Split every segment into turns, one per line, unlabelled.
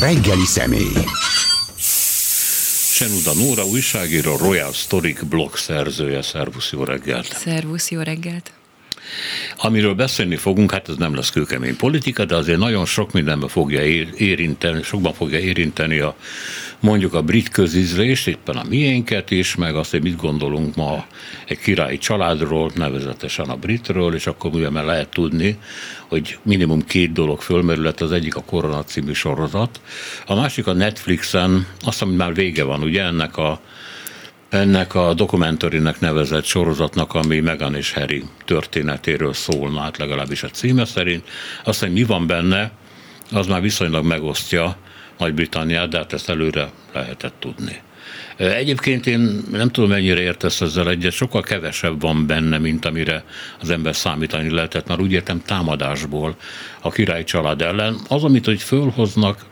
reggeli személy.
Senuda Nóra, újságíró, Royal Stoic blog szerzője. Szervusz, jó reggelt!
Szervusz, jó reggelt!
Amiről beszélni fogunk, hát ez nem lesz kőkemény politika, de azért nagyon sok mindenben fogja érinteni, sokban fogja érinteni mondjuk a brit közízlést, éppen a miénket is, meg azt, hogy mit gondolunk ma egy királyi családról, nevezetesen a britről, és akkor ugye már lehet tudni, hogy minimum 2 dolog fölmerülhet, az egyik a Korona című sorozat, a másik a Netflixen, azt hiszem, már vége van, ugye ennek a dokumentorinek nevezett sorozatnak, ami Meghan és Harry történetéről szólna, hát legalábbis a címe szerint. Azt, hogy mi van benne, az már viszonylag megosztja Nagy-Britanniát, de hát ezt előre lehetett tudni. Egyébként én nem tudom, mennyire értesz ezzel egyet, sokkal kevesebb van benne, mint amire az ember számítani lehetett, már úgy értem támadásból a királyi család ellen. Az, amit hogy fölhoznak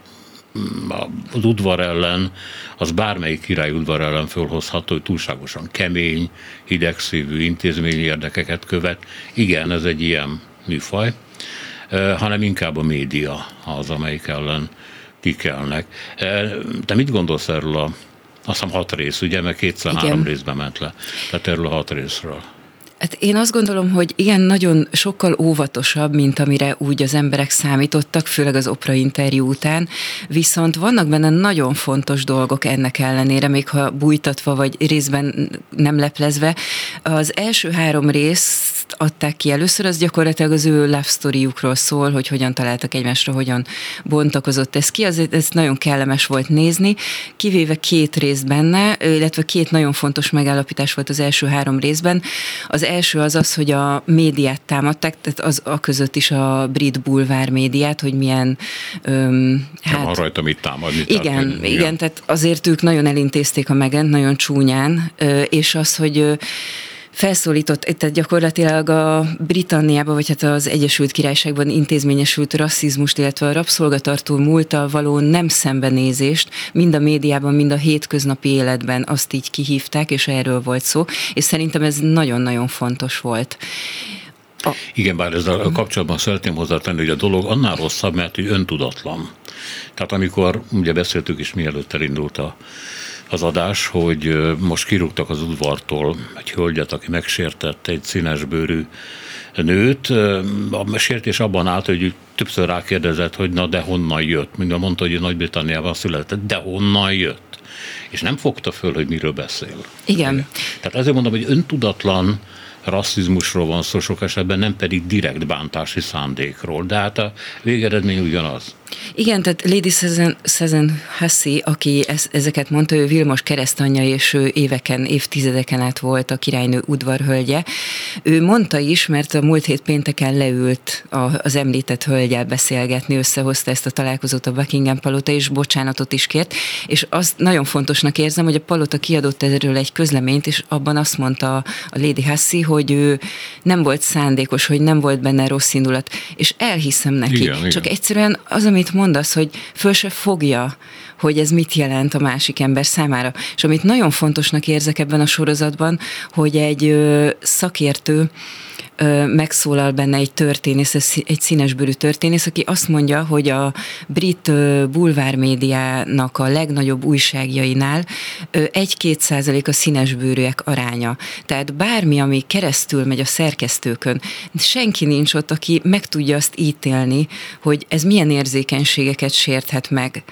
az udvar ellen, az bármelyik király udvar ellen fölhozható, hogy túlságosan kemény, hidegszívű, intézményi érdekeket követ. Igen, ez egy ilyen műfaj, hanem inkább a média az, amelyik ellen kikelnek. Te mit gondolsz erről azt hiszem 6 rész, ugye, mert 2-3 részben ment le. Tehát erről a 6 részről.
Hát én azt gondolom, hogy igen, nagyon sokkal óvatosabb, mint amire úgy az emberek számítottak, főleg az Oprah interjú után, viszont vannak benne nagyon fontos dolgok ennek ellenére, még ha bújtatva vagy részben nem leplezve. Az első 3 részt adták ki először, az gyakorlatilag az ő love storyjukról szól, hogy hogyan találtak egymásra, hogyan bontakozott ez ki, ez nagyon kellemes volt nézni, kivéve 2 rész benne, illetve 2 nagyon fontos megállapítás volt az első 3 részben. Az első az, hogy a médiát támadták, tehát az a között is a brit bulvár médiát, hogy milyen...
Nem van rajta mit támadni.
Igen, tehát azért ők nagyon elintézték a Meghan, nagyon csúnyán, és az, hogy felszólított, tehát gyakorlatilag a Britanniában, vagy hát az Egyesült Királyságban intézményesült rasszizmust, illetve a rabszolgatartó múlttal való nem szembenézést, mind a médiában, mind a hétköznapi életben azt így kihívták, és erről volt szó, és szerintem ez nagyon-nagyon fontos volt.
Igen, bár ezzel a kapcsolatban szeretném hozzátenni, hogy a dolog annál rosszabb, mert hogy öntudatlan. Tehát amikor, ugye beszéltük is, mielőtt elindult az adás, hogy most kirúgtak az udvartól egy hölgyet, aki megsértett egy színesbőrű nőt. A sértés abban állt, hogy többször rákérdezett, hogy na de honnan jött. Mindjárt mondta, hogy Nagy-Britanniában született, de honnan jött. És nem fogta föl, hogy miről beszél.
Igen.
Tehát ezért mondom, hogy öntudatlan rasszizmusról van szó sok esetben, nem pedig direkt bántási szándékról. De hát a végeredmény ugyanaz.
Igen, tehát Lady Susan Hussey, aki ezeket mondta, ő Vilmos keresztanyja, és ő évtizedeken át volt a királynő udvarhölgye. Ő mondta is, mert a múlt hét pénteken leült az említett hölgyel beszélgetni, összehozta ezt a találkozót a Buckingham palota, és bocsánatot is kért, és azt nagyon fontosnak érzem, hogy a palota kiadott erről egy közleményt, és abban azt mondta a Lady Hussey, hogy ő nem volt szándékos, hogy nem volt benne rossz indulat, és elhiszem neki.
Igen.
Csak egyszerűen az, amit mondasz, hogy föl se fogja, hogy ez mit jelent a másik ember számára. És amit nagyon fontosnak érzek ebben a sorozatban, hogy egy szakértő megszólal benne egy történész, egy színesbőrű történész, aki azt mondja, hogy a brit bulvármédiának a legnagyobb újságjainál 1-2% a színesbőrűek aránya. Tehát bármi, ami keresztül megy a szerkesztőkön, senki nincs ott, aki meg tudja azt ítélni, hogy ez milyen érzékenységeket sérthet meg.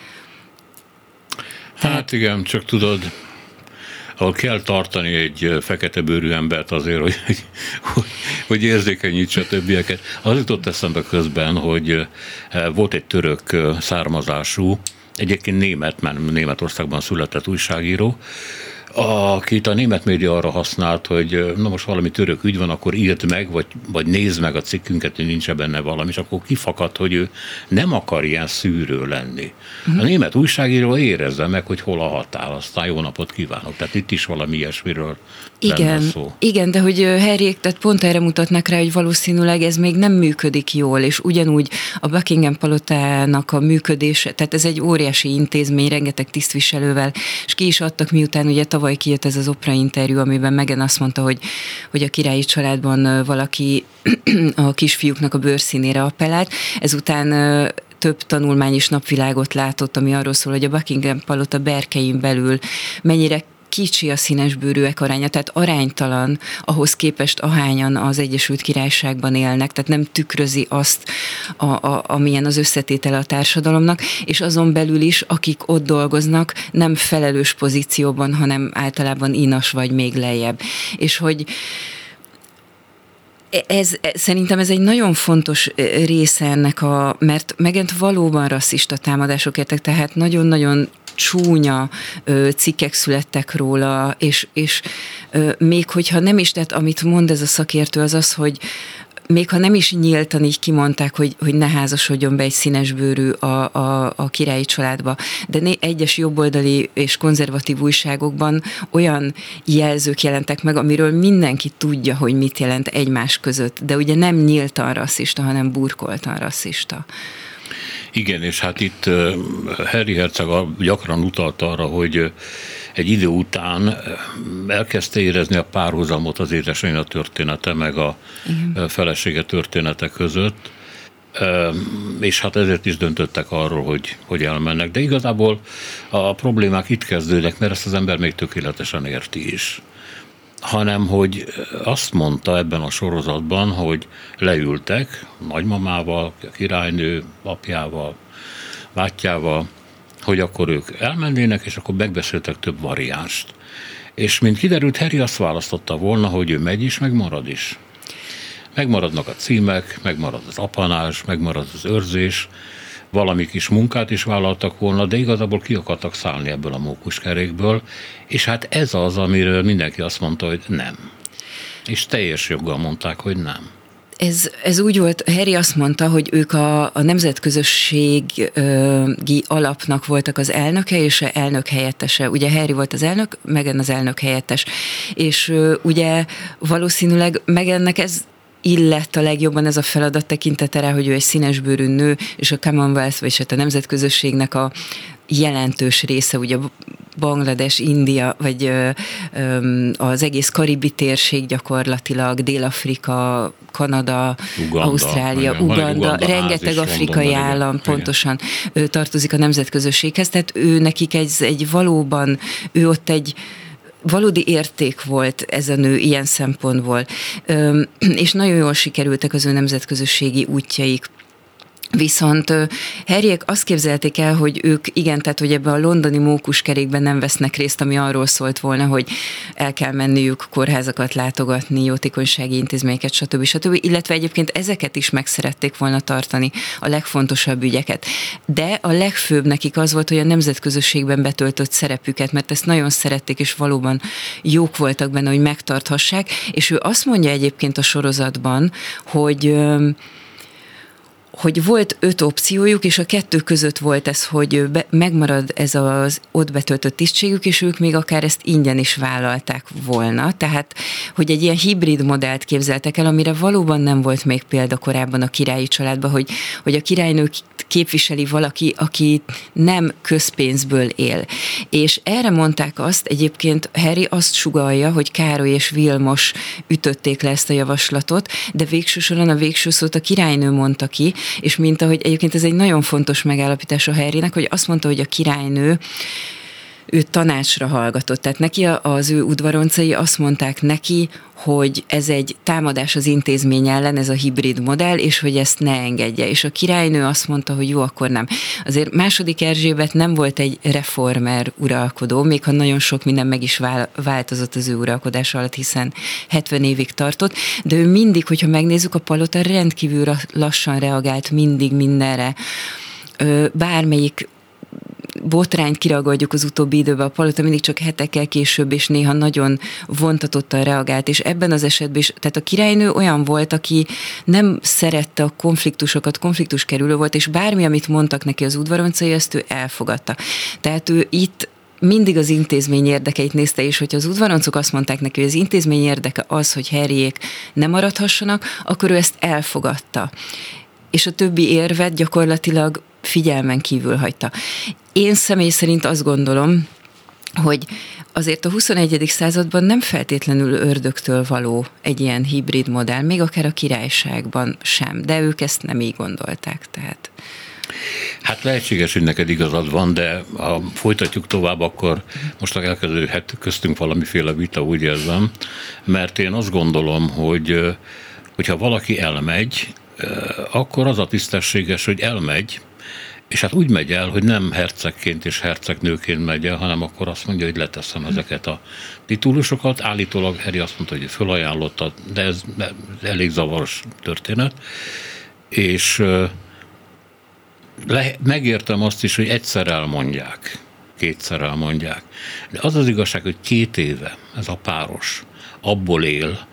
Hát igen, csak tudod, ahol kell tartani egy fekete bőrű embert azért, hogy érzékenyítse a többieket. Az jutott eszembe közben, hogy volt egy török származású, egyébként német, mert Németországban született újságíró, akit a német média arra használt, hogy na most valami török ügy van, akkor írd meg, vagy nézd meg a cikkünket, hogy nincs benne valami, és akkor kifakadt, hogy ő nem akar ilyen szűrő lenni. A német újságíró érezze meg, hogy hol a határ, aztán jó napot kívánok. Tehát itt is valami ilyesmiről lenne szó.
Igen, de hogy Harryék, tehát pont erre mutatnak rá, hogy valószínűleg ez még nem működik jól, és ugyanúgy a Buckingham palotának a működése, tehát ez egy óriási intézmény, rengeteg tisztviselővel, és ki is adtak, miután ugye tavaly kijött ez az Oprah interjú, amiben Meghan azt mondta, hogy a királyi családban valaki a kisfiúknak a bőrszínére appellált. Ezután több tanulmány is napvilágot látott, ami arról szól, hogy a Buckingham palota berkein belül mennyire kicsi a színesbőrűek aránya, tehát aránytalan ahhoz képest, ahányan az Egyesült Királyságban élnek, tehát nem tükrözi azt, amilyen az összetétele a társadalomnak, és azon belül is, akik ott dolgoznak, nem felelős pozícióban, hanem általában inas vagy még lejjebb. És hogy szerintem ez egy nagyon fontos része ennek mert megint valóban rasszista támadások értek, tehát nagyon-nagyon csúnya cikkek születtek róla, és még hogyha nem is, tehát amit mond ez a szakértő, az az, hogy még ha nem is nyíltan így kimondták, hogy ne házasodjon be egy színesbőrű a királyi családba, de egyes jobboldali és konzervatív újságokban olyan jelzők jelentek meg, amiről mindenki tudja, hogy mit jelent egymás között, de ugye nem nyíltan rasszista, hanem burkoltan rasszista.
Igen, és hát itt Harry herceg gyakran utalt arra, hogy egy idő után elkezdte érezni a párhuzamot az édesanyja története meg a felesége története között, és hát ezért is döntöttek arról, hogy elmennek. De igazából a problémák itt kezdődnek, mert ezt az ember még tökéletesen érti is. Hanem, hogy azt mondta ebben a sorozatban, hogy leültek nagymamával, a királynő apjával, bátyjával, hogy akkor ők elmennének, és akkor megbeszéltek több variánst. És mint kiderült, Harry azt választotta volna, hogy ő megy is, meg marad is. Megmaradnak a címek, megmarad az apanázs, megmarad az őrzés, valami kis munkát is vállaltak volna, de igazából ki akartak szállni ebből a mókuskerékből, és hát ez az, amiről mindenki azt mondta, hogy nem. És teljes joggal mondták, hogy nem.
Ez úgy volt, Harry azt mondta, hogy ők a nemzetközösségi alapnak voltak az elnöke és a elnök helyettese. Ugye Harry volt az elnök, Meghan az elnök helyettes. És ugye valószínűleg Meghannek ez illett a legjobban ez a feladat tekintetére, hogy ő egy színesbőrű nő, és a Commonwealth, vagy hát a nemzetközösségnek a jelentős része, ugye Banglades, India, vagy az egész karibi térség gyakorlatilag, Dél-Afrika, Kanada, Uganda, Ausztrália, Uganda, rengeteg afrikai állam pontosan tartozik a nemzetközösséghez, tehát ő nekik egy valóban, ő ott egy valódi érték volt ez a nő ilyen szempontból, és nagyon jól sikerültek az ő nemzetközösségi útjaik. Viszont Harryék azt képzelték el, hogy ők igen, tehát hogy ebben a londoni mókuskerékben nem vesznek részt, ami arról szólt volna, hogy el kell menniük kórházakat látogatni, jótékonysági intézményeket, stb. Illetve egyébként ezeket is meg szerették volna tartani, a legfontosabb ügyeket. De a legfőbb nekik az volt, hogy a nemzetközösségben betöltött szerepüket, mert ezt nagyon szerették, és valóban jók voltak benne, hogy megtarthassák, és ő azt mondja egyébként a sorozatban, hogy volt 5 opciójuk, és a 2 között volt ez, hogy megmarad ez az ott betöltött tisztségük, és ők még akár ezt ingyen is vállalták volna. Tehát, hogy egy ilyen hibrid modellt képzeltek el, amire valóban nem volt még példa korábban a királyi családban, hogy a királynő képviseli valaki, aki nem közpénzből él. És erre mondták azt, egyébként Harry azt sugallja, hogy Károly és Vilmos ütötték le ezt a javaslatot, de végső soron a végső szót a királynő mondta ki, és mint ahogy egyébként ez egy nagyon fontos megállapítás a Harrynek, hogy azt mondta, hogy a királynő ő tanácsra hallgatott. Tehát neki az ő udvaroncai azt mondták neki, hogy ez egy támadás az intézmény ellen, ez a hibrid modell, és hogy ezt ne engedje. És a királynő azt mondta, hogy jó, akkor nem. Azért második Erzsébet nem volt egy reformer uralkodó, még ha nagyon sok minden meg is változott az ő uralkodása alatt, hiszen 70 évig tartott, de ő mindig, hogyha megnézzük, a palota rendkívül lassan reagált mindig mindenre. Bármelyik botrányt kiragadjuk az utóbbi időben, a palota mindig csak hetekkel később, és néha nagyon vontatottan reagált, és ebben az esetben is, tehát a királynő olyan volt, aki nem szerette a konfliktusokat, konfliktuskerülő volt, és bármi, amit mondtak neki az udvaroncai, ezt ő elfogadta. Tehát ő itt mindig az intézmény érdekeit nézte, és hogyha az udvaroncok azt mondták neki, hogy az intézmény érdeke az, hogy Harryék ne maradhassanak, akkor ő ezt elfogadta. És a többi érvet gyakorlatilag figyelmen kívül hagyta. Én személy szerint azt gondolom, hogy azért a 21. században nem feltétlenül ördögtől való egy ilyen hibrid modell, még akár a királyságban sem, de ők ezt nem így gondolták. Tehát.
Hát lehetséges, hogy neked igazad van, de ha folytatjuk tovább, akkor most elkezdődhet köztünk valamiféle vita, úgy érzem, mert én azt gondolom, hogyha valaki elmegy, akkor az a tisztességes, hogy elmegy, és hát úgy megy el, hogy nem hercegként és hercegnőként megy el, hanem akkor azt mondja, hogy leteszem ezeket a titulusokat. Állítólag Harry azt mondta, hogy fölajánlotta, de ez elég zavaros történet. És megértem azt is, hogy egyszer elmondják, kétszer elmondják. De az az igazság, hogy 2 éve ez a páros abból él,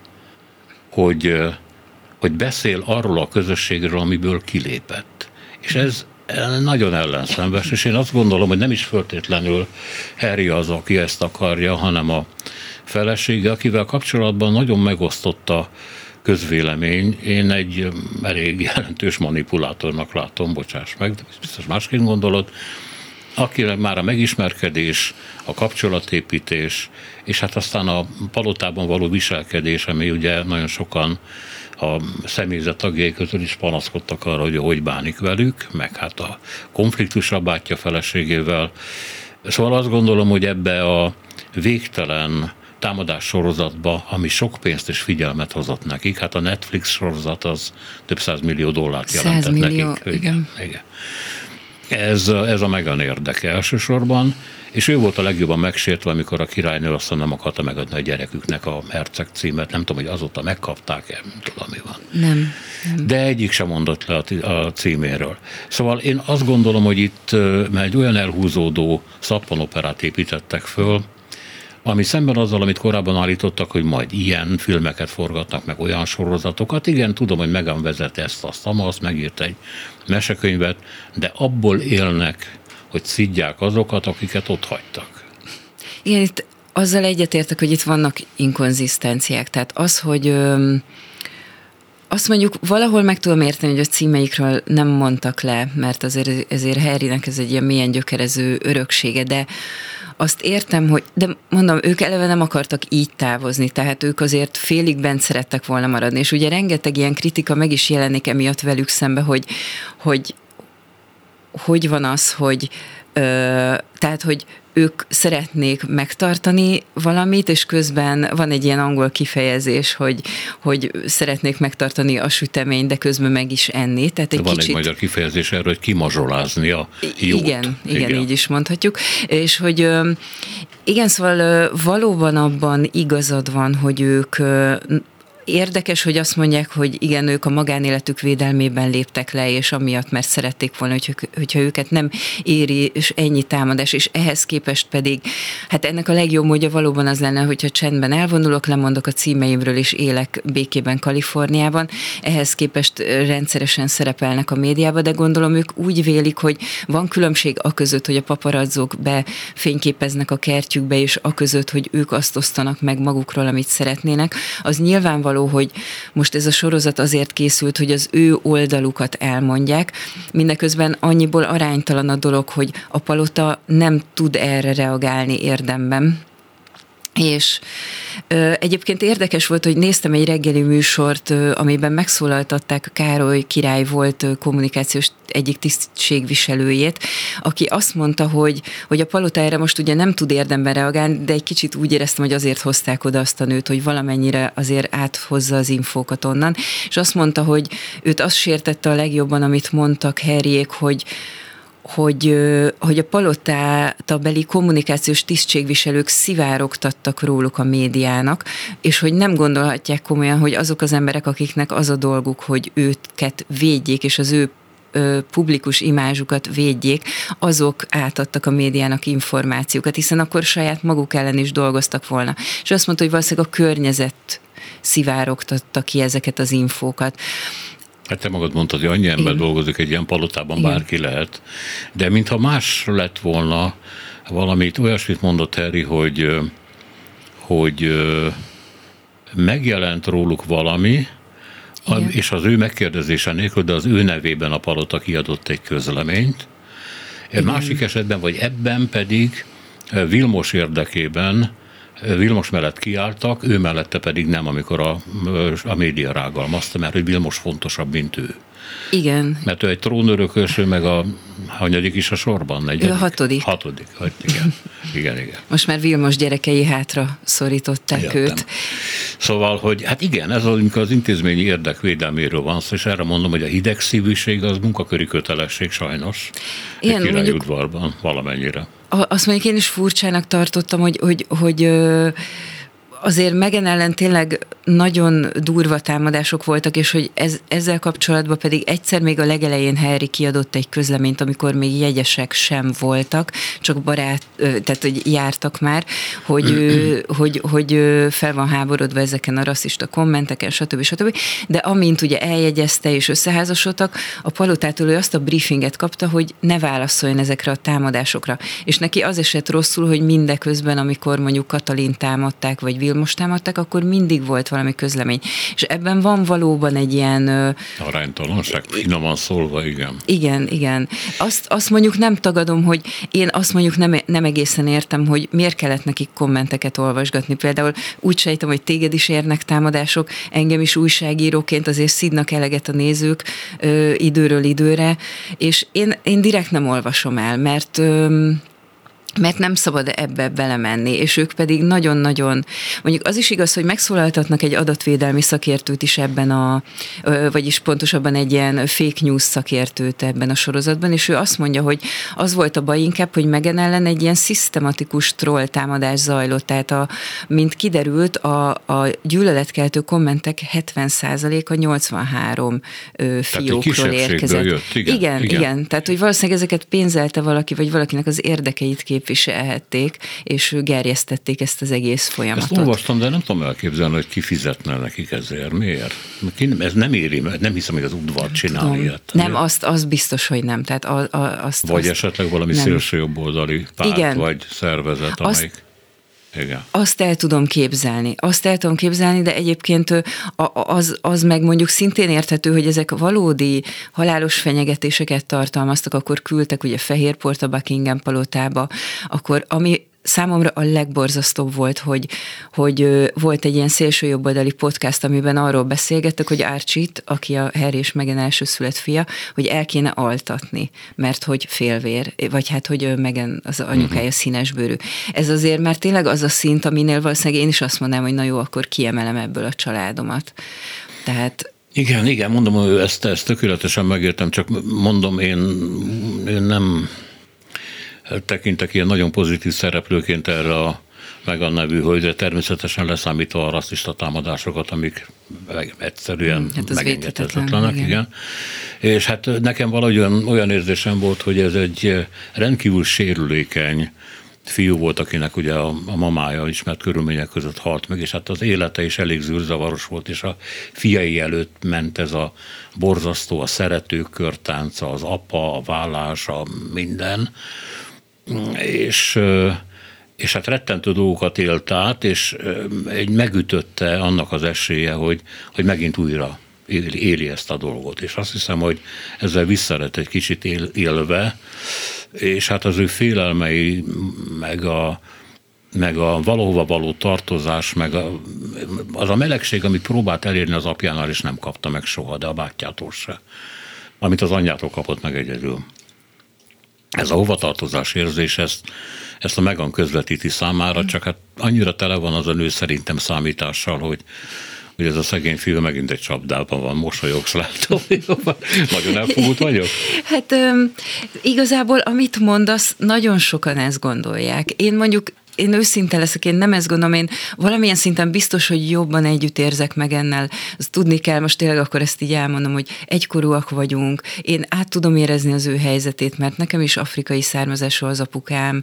hogy beszél arról a közösségről, amiből kilépett. És ez nagyon ellenszenves, és én azt gondolom, hogy nem is feltétlenül Harry az, aki ezt akarja, hanem a felesége, akivel kapcsolatban nagyon megosztott a közvélemény. Én egy elég jelentős manipulátornak látom, bocsáss meg, de biztos másként gondolod, akinek már a megismerkedés, a kapcsolatépítés, és hát aztán a palotában való viselkedés, ami ugye nagyon sokan a személyzet tagjai közül is panaszkodtak arra, hogy bánik velük, meg hát a konfliktusra bátyja feleségével. Szóval azt gondolom, hogy ebbe a végtelen támadás sorozatba, ami sok pénzt és figyelmet hozott nekik, hát a Netflix sorozat az több $100 millió jelentett
100 millió,
nekik.
igen.
Ez a Meghan érdeke elsősorban, és ő volt a legjobban megsértve, amikor a királynő aztán nem akarta megadni a gyereküknek a herceg címet. Nem tudom, hogy azóta megkapták-e, nem tudom, mi van.
Nem.
De egyik sem mondott le a címéről. Szóval én azt gondolom, hogy itt egy olyan elhúzódó szappanoperát építettek föl, ami szemben azzal, amit korábban állítottak, hogy majd ilyen filmeket forgatnak, meg olyan sorozatokat. Igen, tudom, hogy Meghan vezet azt megírt egy mesekönyvet, de abból élnek, hogy szidják azokat, akiket ott hagytak.
Igen, itt azzal egyetértek, hogy itt vannak inkonzisztenciák. Tehát az, hogy azt mondjuk valahol meg tudom érteni, hogy a címeikről nem mondtak le, mert ezért Harrynek ez egy ilyen mélyen gyökerező öröksége, de azt értem, hogy, de mondom, ők eleve nem akartak így távozni, tehát ők azért félig bent szerettek volna maradni, és ugye rengeteg ilyen kritika meg is jelenik emiatt velük szembe, hogy van az, hogy tehát, hogy ők szeretnék megtartani valamit, és közben van egy ilyen angol kifejezés, hogy szeretnék megtartani a süteményt, de közben meg is enni. Tehát
van kicsit... egy magyar kifejezés erről, hogy kimazsolázni a jót.
Igen, így is mondhatjuk. És hogy igen, szóval valóban abban igazad van, hogy ők érdekes, hogy azt mondják, hogy igen, ők a magánéletük védelmében léptek le, és amiatt, mert szerették volna, hogyha őket nem éri és ennyi támadás, és ehhez képest pedig, hát ennek a legjobb módja valóban az lenne, hogyha csendben elvonulok, lemondok a címeimről, és élek békében Kaliforniában. Ehhez képest rendszeresen szerepelnek a médiában, de gondolom ők úgy vélik, hogy van különbség aközött, hogy a paparazzók befényképeznek a kertjükbe, és aközött, hogy ők azt osztanak meg magukról, amit szeretnének. Az nyilvánvaló, hogy most ez a sorozat azért készült, hogy az ő oldalukat elmondják. Mindeközben annyiból aránytalan a dolog, hogy a palota nem tud erre reagálni érdemben. És egyébként érdekes volt, hogy néztem egy reggeli műsort, amiben megszólaltatták Károly király volt kommunikációs egyik tisztségviselőjét, aki azt mondta, hogy a palota erre most ugye nem tud érdemben reagálni, de egy kicsit úgy éreztem, hogy azért hozták oda azt a nőt, hogy valamennyire azért áthozza az infókat onnan, és azt mondta, hogy őt azt sértette a legjobban, amit mondtak Harryék, hogy a palotábeli kommunikációs tisztségviselők szivárogtattak róluk a médiának, és hogy nem gondolhatják komolyan, hogy azok az emberek, akiknek az a dolguk, hogy őket védjék, és az ő publikus imázsukat védjék, azok átadtak a médiának információkat, hiszen akkor saját maguk ellen is dolgoztak volna. És azt mondta, hogy valószínűleg a környezet szivárogtatta ki ezeket az infókat.
Hát te magad mondtad, hogy annyi ember dolgozik egy ilyen palotában, bárki lehet, de mintha más lett volna valamit, olyasmit mondott Harry, hogy megjelent róluk valami, és az ő megkérdezése nélkül, de az ő nevében a palota kiadott egy közleményt. Másik esetben, vagy ebben pedig Vilmos érdekében, Vilmos mellett kiálltak, ő mellette pedig nem, amikor a média rágalmazta, mert hogy Vilmos fontosabb, mint ő.
Igen.
Mert ő egy trónörökös, ő meg a hanyadik is a sorban? Negyedik?
Ő a hatodik.
Igen.
Most már Vilmos gyerekei hátra szorították
Értem.
őt.
Szóval, hogy hát igen, ez az intézményi érdekvédelméről van szó, és erre mondom, hogy a hidegszívűség az munkaköri kötelesség sajnos.
Igen,
egy királyudvarban valamennyire.
Azt mondjuk én is furcsának tartottam, hogy azért Meghan ellen tényleg nagyon durva támadások voltak, és hogy ezzel kapcsolatban pedig egyszer még a legelején Harry kiadott egy közleményt, amikor még jegyesek sem voltak, csak tehát hogy jártak már, hogy fel van háborodva ezeken a rasszista kommenteken, stb. De amint ugye eljegyezte és összeházasodtak, a palotától ő azt a briefinget kapta, hogy ne válaszoljon ezekre a támadásokra. És neki az esett rosszul, hogy mindeközben, amikor mondjuk Katalin támadták, vagy Vilmos támadták, akkor mindig volt valami közlemény. És ebben van valóban egy ilyen...
aránytalanság, finoman szólva, igen.
Igen. Azt mondjuk nem tagadom, hogy én azt mondjuk nem egészen értem, hogy miért kellett nekik kommenteket olvasgatni. Például úgy sejtem, hogy téged is érnek támadások, engem is újságíróként azért szidnak eleget a nézők időről időre, és én direkt nem olvasom el, mert nem szabad ebbe belemenni, és ők pedig nagyon-nagyon, mondjuk az is igaz, hogy megszólaltatnak egy adatvédelmi szakértőt is ebben vagyis pontosabban egy ilyen fake news szakértőt ebben a sorozatban, és ő azt mondja, hogy az volt a baj inkább, hogy Meghan ellen egy ilyen szisztematikus troll támadás zajlott, tehát mint kiderült, a gyűlöletkeltő kommentek 70%-a 83 fiókról érkezett.
Jött.
Igen, tehát hogy valószínűleg ezeket pénzelte valaki, vagy valakinek az érdekeit képviselhették, és gerjesztették ezt az egész folyamatot.
Ezt olvastam, de nem tudom elképzelni, hogy ki fizetne nekik ezért. Miért? Ez nem éri, nem hiszem, hogy az udvar csinál ilyet.
Nem, azt biztos, hogy nem. Tehát
vagy esetleg valami szélsőjobboldali párt, igen. Vagy szervezet, amelyik... Igen.
Azt el tudom képzelni, de egyébként az meg mondjuk szintén érthető, hogy ezek valódi halálos fenyegetéseket tartalmaztak, akkor küldtek ugye Fehérport a Buckingham palotába, akkor ami számomra a legborzasztóbb volt, hogy volt egy ilyen szélsőjobboldali podcast, amiben arról beszélgettek, hogy Archie-t, aki a Harry és Meghan elsőszülött fia, hogy el kéne altatni, mert hogy félvér, vagy hát, hogy Meghan az anyukája színesbőrű. Ez azért már tényleg az a szint, aminél valószínűleg én is azt mondanám, hogy na jó, akkor kiemelem ebből a családomat. Tehát
igen, mondom, hogy ezt tökéletesen megértem, csak mondom, én nem tekintek ilyen nagyon pozitív szereplőként erre a Meghan nevű hölgyre, természetesen leszámítva a rasszista támadásokat, amik egyszerűen megengedhetetlenek. Igen. És hát nekem valahogy olyan érzésem volt, hogy ez egy rendkívül sérülékeny fiú volt, akinek ugye a mamája ismert körülmények között halt meg, és hát az élete is elég zűrzavaros volt, és a fiai előtt ment ez a borzasztó, a szeretők körtánca, az apa, a vállás, a minden, és hát rettentő dolgokat élt át, és megütötte annak az esélye, hogy megint újra éli ezt a dolgot. És azt hiszem, hogy ezzel visszaret egy kicsit élve, és hát az ő félelmei, meg a valahova való tartozás, meg az a melegség, amit próbált elérni az apjánál, és nem kapta meg soha, de a bátyjától se. Amit az anyjától kapott meg egyedül. Ez a hovatartozás érzés, ezt a Meghan közvetíti számára, csak hát annyira tele van az a nő szerintem számítással, hogy ez a szegény fiú megint egy csapdában van, mosolyogsz, látom, nagyon elfogult vagyok.
Hát igazából, amit mondasz, nagyon sokan ezt gondolják. Én őszinte leszek, én nem ezt gondolom, én valamilyen szinten biztos, hogy jobban együtt érzek Meghannel. Azt tudni kell, most tényleg akkor ezt így elmondom, hogy egykorúak vagyunk, én át tudom érezni az ő helyzetét, mert nekem is afrikai származású az apukám,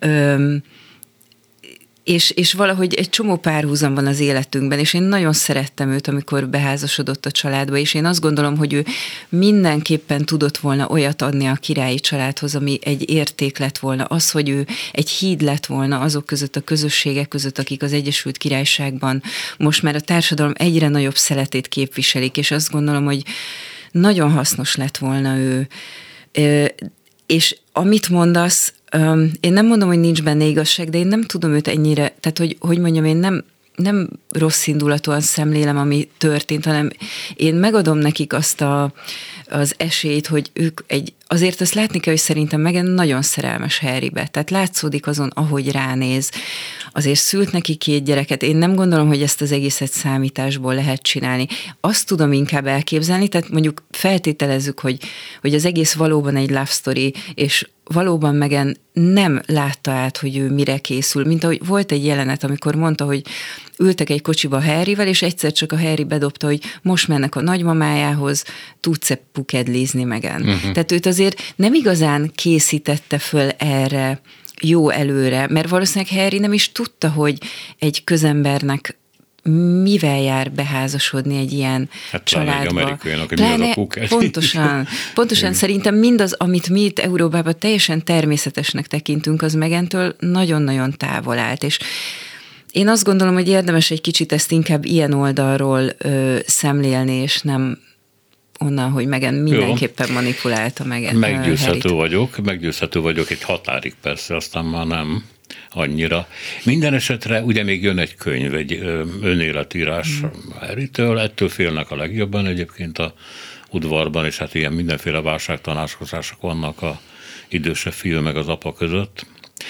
és valahogy egy csomó párhuzam van az életünkben, és én nagyon szerettem őt, amikor beházasodott a családba, és én azt gondolom, hogy ő mindenképpen tudott volna olyat adni a királyi családhoz, ami egy érték lett volna. Az, hogy ő egy híd lett volna azok között, a közösségek között, akik az Egyesült Királyságban most már a társadalom egyre nagyobb szeletét képviselik, és azt gondolom, hogy nagyon hasznos lett volna ő. És amit mondasz, én nem mondom, hogy nincs benne igazság, de én nem tudom őt ennyire, tehát hogy mondjam, én nem rossz indulatúan szemlélem, ami történt, hanem én megadom nekik azt az esélyt, hogy ők azért azt látni kell, hogy szerintem Meghan nagyon szerelmes Harrybe. Tehát látszódik azon, ahogy ránéz. Azért szült neki 2 gyereket. Én nem gondolom, hogy ezt az egészet számításból lehet csinálni. Azt tudom inkább elképzelni, tehát mondjuk feltételezzük, hogy az egész valóban egy love story, és valóban Meghan nem látta át, hogy ő mire készül. Mint ahogy volt egy jelenet, amikor mondta, hogy ültek egy kocsiba Harryvel, és egyszer csak a Harry bedobta, hogy most mennek a nagymamájához, tudsz-e pukedlizni Meghan. Tehát őt azért nem igazán készítette föl erre jó előre, mert valószínűleg Harry nem is tudta, hogy egy közembernek mivel jár beházasodni egy ilyen családba.
Pláne
pontosan szerintem mindaz, amit mi itt Európában teljesen természetesnek tekintünk, az Meghantől nagyon-nagyon távol állt, és én azt gondolom, hogy érdemes egy kicsit ezt inkább ilyen oldalról szemlélni, és nem onnan, hogy Meghan mindenképpen manipulálta Meghan.
Meggyőzhető vagyok egy határig persze, aztán már nem annyira. Minden esetre ugye még jön egy könyv, egy önéletírás Harrytől, ettől félnek a legjobban egyébként a udvarban, és hát ilyen mindenféle válságtanácskozások vannak a idősebb fiú meg az apa között.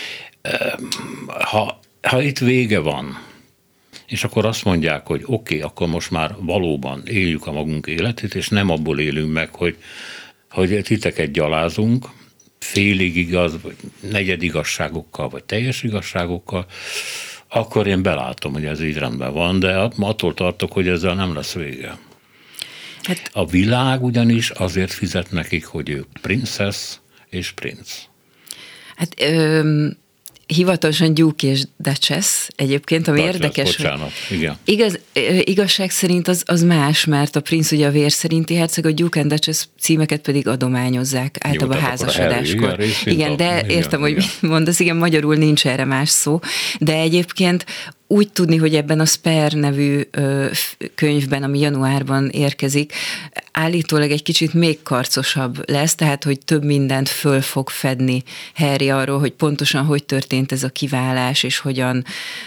Ha itt vége van, és akkor azt mondják, hogy oké, akkor most már valóban éljük a magunk életét, és nem abból élünk meg, hogy titeket gyalázunk, félig igaz, vagy negyed igazságokkal, vagy teljes igazságokkal, akkor én belátom, hogy ez így rendben van, de attól tartok, hogy ezzel nem lesz vége. Hát, a világ ugyanis azért fizet nekik, hogy ők princess és princ.
Hát hivatalosan Duke és Duchess egyébként, ami érdekes.
Bocsánat, igen.
Igazság szerint az más, mert a princ ugye a vér szerinti herceg, a Duke and Duchess címeket pedig adományozzák általában házasodáskor. Igen, de értem, hogy mit mondasz, igen, magyarul nincs erre más szó, de egyébként úgy tudni, hogy ebben a Spare nevű könyvben, ami januárban érkezik, állítólag egy kicsit még karcosabb lesz, tehát, hogy több mindent föl fog fedni Harry arról, hogy pontosan hogy történt ez a kiválás, és hogyan,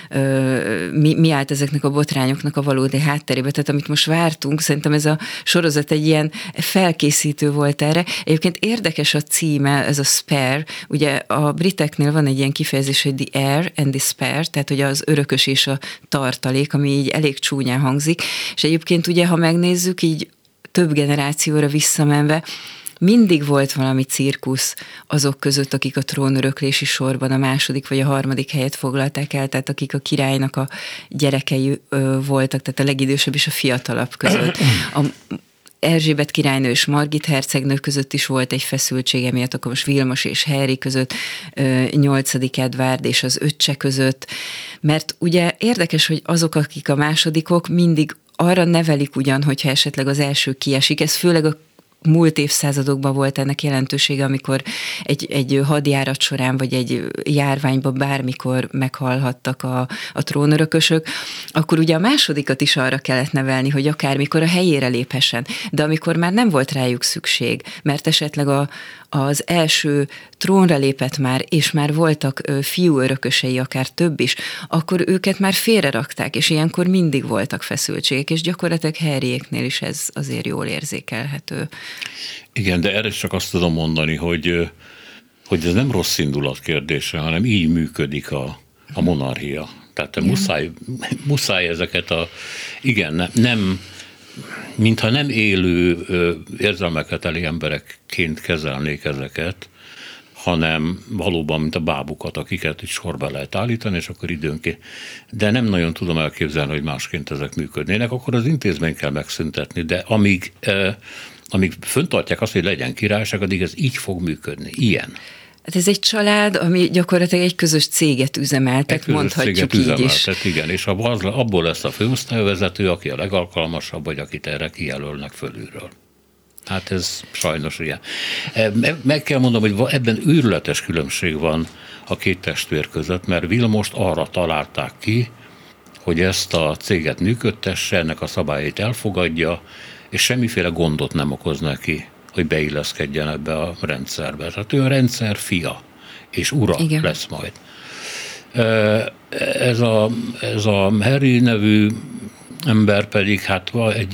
mi állt ezeknek a botrányoknak a valódi hátterébe. Tehát amit most vártunk, szerintem ez a sorozat egy ilyen felkészítő volt erre. Egyébként érdekes a címe, ez a Spare, ugye a briteknél van egy ilyen kifejezés, hogy the heir and the spare, tehát hogy az örökös és a tartalék, ami így elég csúnyán hangzik, és egyébként ugye, ha megnézzük így több generációra visszamenve, mindig volt valami cirkusz azok között, akik a trónöröklési sorban a második vagy a harmadik helyet foglalták el, tehát akik a királynak a gyerekei voltak, tehát a legidősebb és a fiatalabb között. A Erzsébet királynő és Margit hercegnő között is volt egy feszültsége miatt, akkor most Vilmos és Harry között, 8. Edward és az öccse között, mert ugye érdekes, hogy azok, akik a másodikok, mindig arra nevelik ugyan, hogyha esetleg az első kiesik, ez főleg a múlt évszázadokban volt ennek jelentősége, amikor egy hadjárat során, vagy egy járványban bármikor meghalhattak a trónörökösök, akkor ugye a másodikat is arra kellett nevelni, hogy akármikor a helyére léphessen. De amikor már nem volt rájuk szükség, mert esetleg az első trónra lépett már, és már voltak fiú örökösei, akár több is, akkor őket már félrerakták, és ilyenkor mindig voltak feszültségek, és gyakorlatilag Harryéknél is ez azért jól érzékelhető.
Igen, de erre csak azt tudom mondani, hogy ez nem rossz indulat kérdése, hanem így működik a monarchia. Tehát muszáj ezeket nem mintha nem élő érzelmeket elé emberekként kezelnék ezeket, hanem valóban, mint a bábukat, akiket itt sorba lehet állítani, és akkor időnként. De nem nagyon tudom elképzelni, hogy másként ezek működnének, akkor az intézményt kell megszüntetni, de amíg föntartják azt, hogy legyen királyság, addig ez így fog működni, ilyen.
Hát ez egy család, ami gyakorlatilag egy közös céget üzemeltet, mondhatjuk így is.
Igen, és abból lesz a főosztályvezető, aki a legalkalmasabb, vagy akit erre kijelölnek fölülről. Hát ez sajnos ilyen. Meg kell mondanom, hogy ebben őrületes különbség van a két testvér között, mert Vilmost arra találták ki, hogy ezt a céget működtesse, ennek a szabályait elfogadja, és semmiféle gondot nem okoz neki, hogy beilleszkedjen ebbe a rendszerbe. Tehát ő a rendszer fia, és ura lesz majd. Ez a Harry nevű ember pedig hát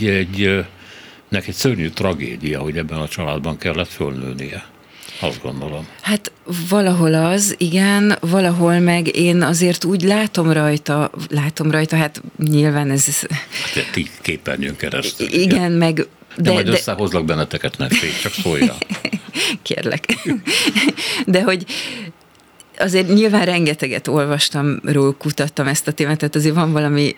neki egy szörnyű tragédia, hogy ebben a családban kellett fölnőnie. Azt gondolom.
Hát valahol az, igen, valahol meg én azért úgy látom rajta, hát nyilván ez...
Hát egy képernyőn keresztül.
Igen, meg...
De majd összehozlak benneteket, ne félj, csak szóljál.
Kérlek. De hogy azért nyilván rengeteget olvastam róla, kutattam ezt a témát, tehát azért van valami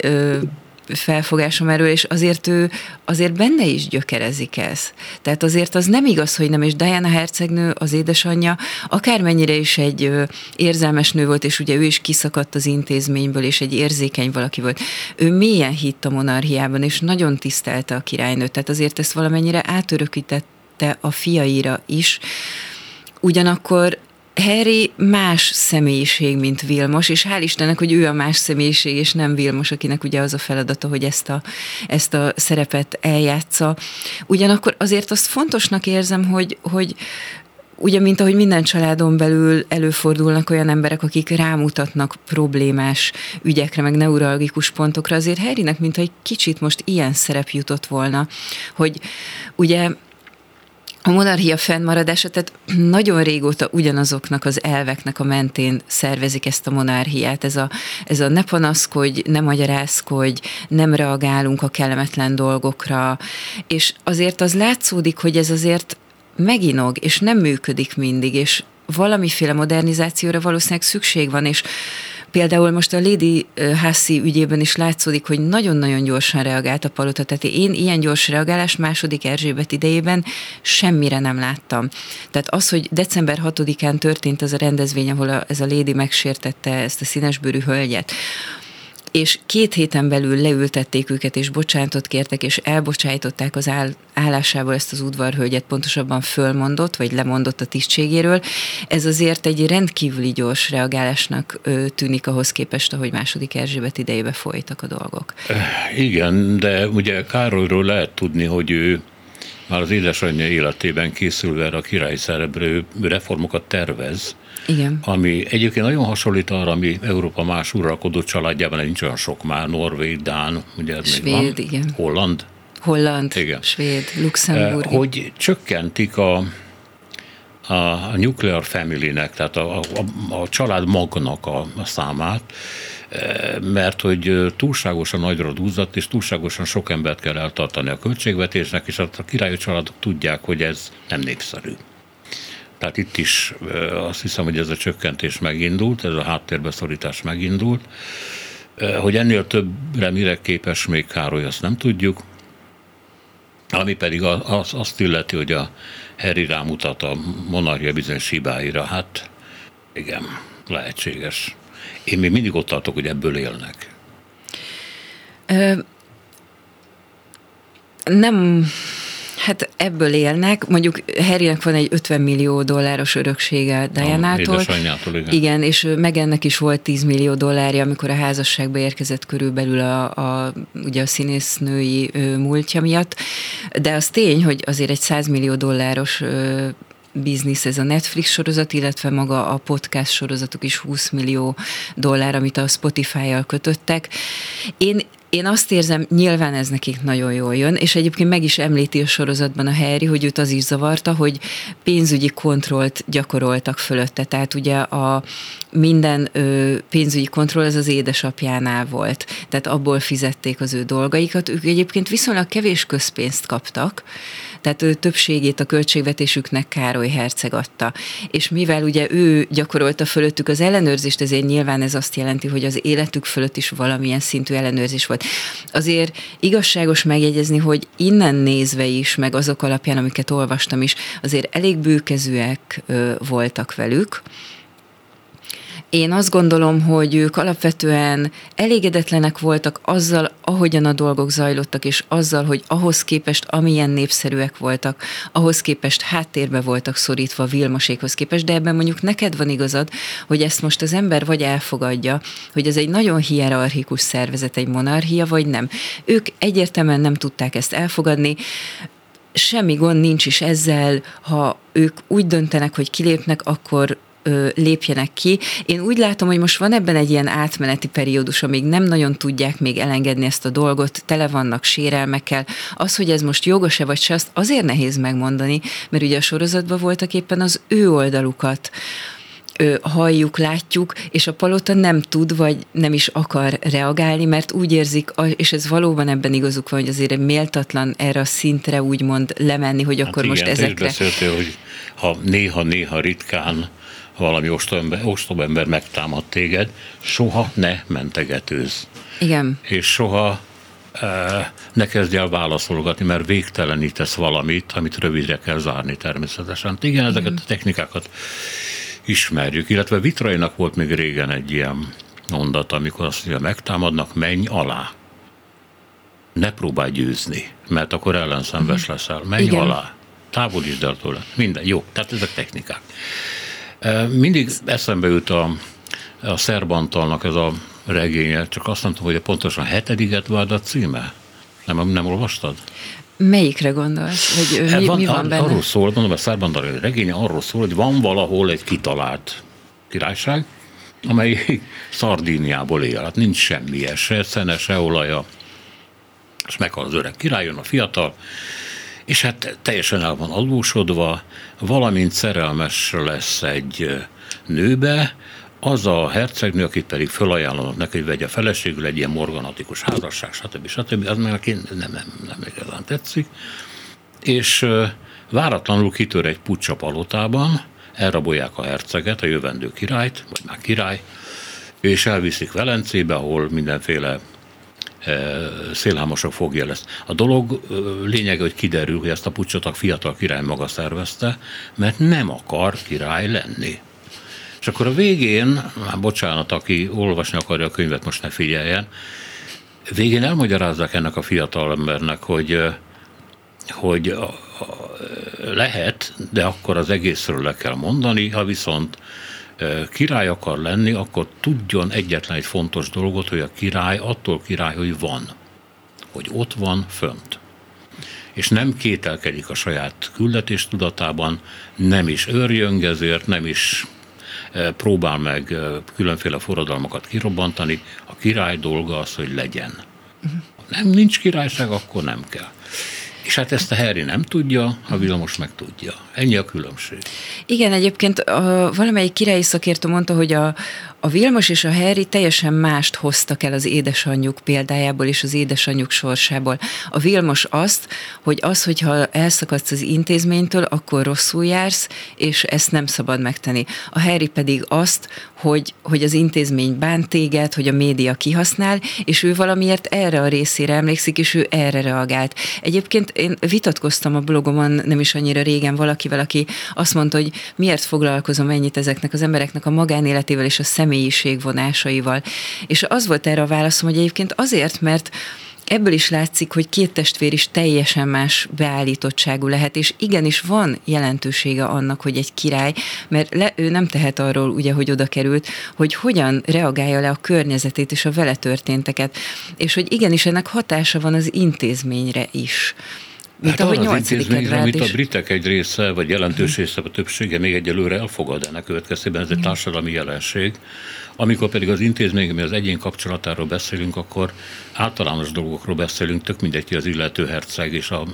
felfogásom erről, és azért benne is gyökerezik ez. Tehát azért az nem igaz, hogy nem, és Diana hercegnő, az édesanyja, akármennyire is egy érzelmes nő volt, és ugye ő is kiszakadt az intézményből, és egy érzékeny valaki volt. Ő mélyen hitt a monarchiában, és nagyon tisztelte a királynőt, tehát azért ezt valamennyire átörökítette a fiaira is. Ugyanakkor Harry más személyiség, mint Vilmos, és hál' Istennek, hogy ő a más személyiség, és nem Vilmos, akinek ugye az a feladata, hogy ezt a szerepet eljátsza. Ugyanakkor azért azt fontosnak érzem, hogy ugye, mint ahogy minden családon belül előfordulnak olyan emberek, akik rámutatnak problémás ügyekre, meg neuralgikus pontokra, azért Harrynek mintha egy kicsit most ilyen szerep jutott volna, hogy ugye a monarchia fennmaradása, tehát nagyon régóta ugyanazoknak az elveknek a mentén szervezik ezt a monarchiát. Ez a ne panaszkodj, ne magyarázkodj, nem reagálunk a kellemetlen dolgokra, és azért az látszódik, hogy ez azért meginog, és nem működik mindig, és valamiféle modernizációra valószínűleg szükség van, és például most a Lady Hussey ügyében is látszódik, hogy nagyon-nagyon gyorsan reagált a palota, tehát én ilyen gyors reagálás második Erzsébet idejében semmire nem láttam. Tehát az, hogy december 6-án történt ez a rendezvény, ahol ez a Lady megsértette ezt a színesbőrű hölgyet, és 2 héten belül leültették őket, és bocsánatot kértek, és elbocsájtották az állásából ezt az udvarhölgyet, pontosabban fölmondott, vagy lemondott a tisztségéről. Ez azért egy rendkívüli gyors reagálásnak tűnik ahhoz képest, ahogy második Erzsébet idejében folytak a dolgok.
Igen, de ugye Károlyról lehet tudni, hogy ő már az édesanyja életében készülve erre a királyi szerepre reformokat tervez,
igen.
Ami egyébként nagyon hasonlít arra, ami Európa más uralkodó családjában, nincs olyan sok már, norvég, dán, ugye ez
svéd,
még van.
Igen.
Holland,
igen. Svéd, Luxemburg.
Hogy csökkentik a nuclear family-nek, tehát a család magnak a számát, mert hogy túlságosan nagyra dúzzadt, és túlságosan sok embert kell eltartani a költségvetésnek, és a királyi családok tudják, hogy ez nem népszerű. Tehát itt is azt hiszem, hogy ez a csökkentés megindult, ez a háttérbeszorítás megindult. Hogy ennél többre mire képes még Károly, azt nem tudjuk. Ami pedig azt illeti, hogy a Harry rámutat a monarchia bizonyos hibáira. Hát igen, lehetséges. Én még mindig ott tartok, hogy ebből élnek.
Nem... Hát ebből élnek, mondjuk Harrynek van egy $50 millió öröksége Dianától.
Édesanyjától, igen.
Igen, és Meghannek is volt $10 millió, amikor a házasságba érkezett körülbelül ugye a színésznői múltja miatt. De az tény, hogy azért egy $100 millió biznisz ez a Netflix sorozat, illetve maga a podcast sorozatok is $20 millió, amit a Spotify-jal kötöttek. Én azt érzem, nyilván ez nekik nagyon jól jön, és egyébként meg is említi a sorozatban a Harry, hogy őt az is zavarta, hogy pénzügyi kontrollt gyakoroltak fölötte. Tehát ugye a minden pénzügyi kontroll az édesapjánál volt. Tehát abból fizették az ő dolgaikat. Ők egyébként viszonylag kevés közpénzt kaptak, tehát ő többségét a költségvetésüknek Károly herceg adta. És mivel ugye ő gyakorolta fölöttük az ellenőrzést, ezért nyilván ez azt jelenti, hogy az életük fölött is valamilyen szintű ellenőrzés volt. Azért igazságos megjegyezni, hogy innen nézve is, meg azok alapján, amiket olvastam is, azért elég bőkezűek voltak velük. Én azt gondolom, hogy ők alapvetően elégedetlenek voltak azzal, ahogyan a dolgok zajlottak, és azzal, hogy ahhoz képest, amilyen népszerűek voltak, ahhoz képest háttérbe voltak szorítva Vilmosékhoz képest, de ebben mondjuk neked van igazad, hogy ezt most az ember vagy elfogadja, hogy ez egy nagyon hierarchikus szervezet, egy monarchia, vagy nem. Ők egyértelműen nem tudták ezt elfogadni, semmi gond nincs is ezzel, ha ők úgy döntenek, hogy kilépnek, akkor lépjenek ki. Én úgy látom, hogy most van ebben egy ilyen átmeneti periódus, amíg nem nagyon tudják még elengedni ezt a dolgot, tele vannak sérelmekkel. Az, hogy ez most jogos-e vagy se, azt azért nehéz megmondani, mert ugye a sorozatban voltak éppen az ő oldalukat halljuk, látjuk, és a palota nem tud, vagy nem is akar reagálni, mert úgy érzik, és ez valóban ebben igazuk van, hogy azért méltatlan erre a szintre úgymond lemenni, hogy akkor
igen,
most ezekre...
Te is beszéltél, hogy ha néha ritkán valami ostoba ember megtámad téged, soha ne mentegetőzz.
Igen.
És soha ne kezdj el válaszolgatni, mert végtelenítesz valamit, amit rövidre kell zárni természetesen. Igen, ezeket a technikákat ismerjük, illetve Vitrainak volt még régen egy ilyen mondat, amikor azt mondja, megtámadnak, menj alá. Ne próbálj győzni, mert akkor ellenszenves leszel. Menj
igen.
alá. Távolítsd el tőle. Minden. Jó, tehát ezek technikák. Mindig eszembe jut a Szerbantalnak ez a regénye, csak azt nem tudom, hogy pontosan 7. Edvard a címe? Nem olvastad?
Melyikre gondolsz? Vagy mi van benne?
Arról szól, mondom, a Szerbantal regénye arról szól, hogy van valahol egy kitalált királyság, amely Szardíniából él. Hát nincs semmilyen, se szene, se olaja. És meghal az öreg király, jön a fiatal, és hát teljesen el van adósodva, valamint szerelmes lesz egy nőbe, az a hercegnő, akit pedig fölajánlanak neki, hogy vegye feleségül, egy ilyen morganatikus házasság, stb. Az meg neki nem igazán tetszik. És váratlanul kitör egy puccs a palotában, elrabolják a herceget, a jövendő királyt, vagy már király, és elviszik Velencébe, ahol mindenféle szélhámosok fogja lesz. A dolog lényege, hogy kiderül, hogy ezt a puccsot a fiatal király maga szervezte, mert nem akar király lenni. És akkor a végén, bocsánat, aki olvasni akarja a könyvet, most ne figyeljen, végén elmagyarázzák ennek a fiatal embernek, hogy lehet, de akkor az egészről le kell mondani, ha viszont király akar lenni, akkor tudjon egyetlen egy fontos dolgot, hogy a király attól király, hogy van. Hogy ott van fönt. És nem kételkedik a saját küldetés tudatában, nem is őrjöng ezért, nem is próbál meg különféle forradalmakat kirobbantani. A király dolga az, hogy legyen. Nincs királyság, akkor nem kell. És hát ezt a Harry nem tudja, a Vilmos meg tudja. Ennyi a különbség.
Igen, egyébként valamelyik királyi szakértő mondta, hogy a Vilmos és a Harry teljesen mást hoztak el az édesanyjuk példájából és az édesanyjuk sorsából. A Vilmos azt, hogyha elszakadsz az intézménytől, akkor rosszul jársz, és ezt nem szabad megtenni. A Harry pedig azt, hogy az intézmény bánt téged, hogy a média kihasznál, és ő valamiért erre a részére emlékszik, és ő erre reagált. Egyébként én vitatkoztam a blogomon nem is annyira régen valakivel, aki azt mondta, hogy miért foglalkozom ennyit ezeknek az embereknek a magánéletével és a személyiség vonásaival. És az volt erre a válaszom, hogy egyébként azért, mert ebből is látszik, hogy két testvér is teljesen más beállítottságú lehet, és igenis van jelentősége annak, hogy egy király, mert ő nem tehet arról, ugye, hogy oda került, hogy hogyan reagálja le a környezetét és a vele történteket, és hogy igenis ennek hatása van az intézményre is.
Hát arra az intézményre, amit a britek egy része, vagy jelentős része, a többsége még egyelőre elfogad ennek következtében, ez egy társadalmi jelenség. Amikor pedig az intézmény, ami az egyén kapcsolatáról beszélünk, akkor általános dolgokról beszélünk, tök mindegy, hogy az illető herceg és a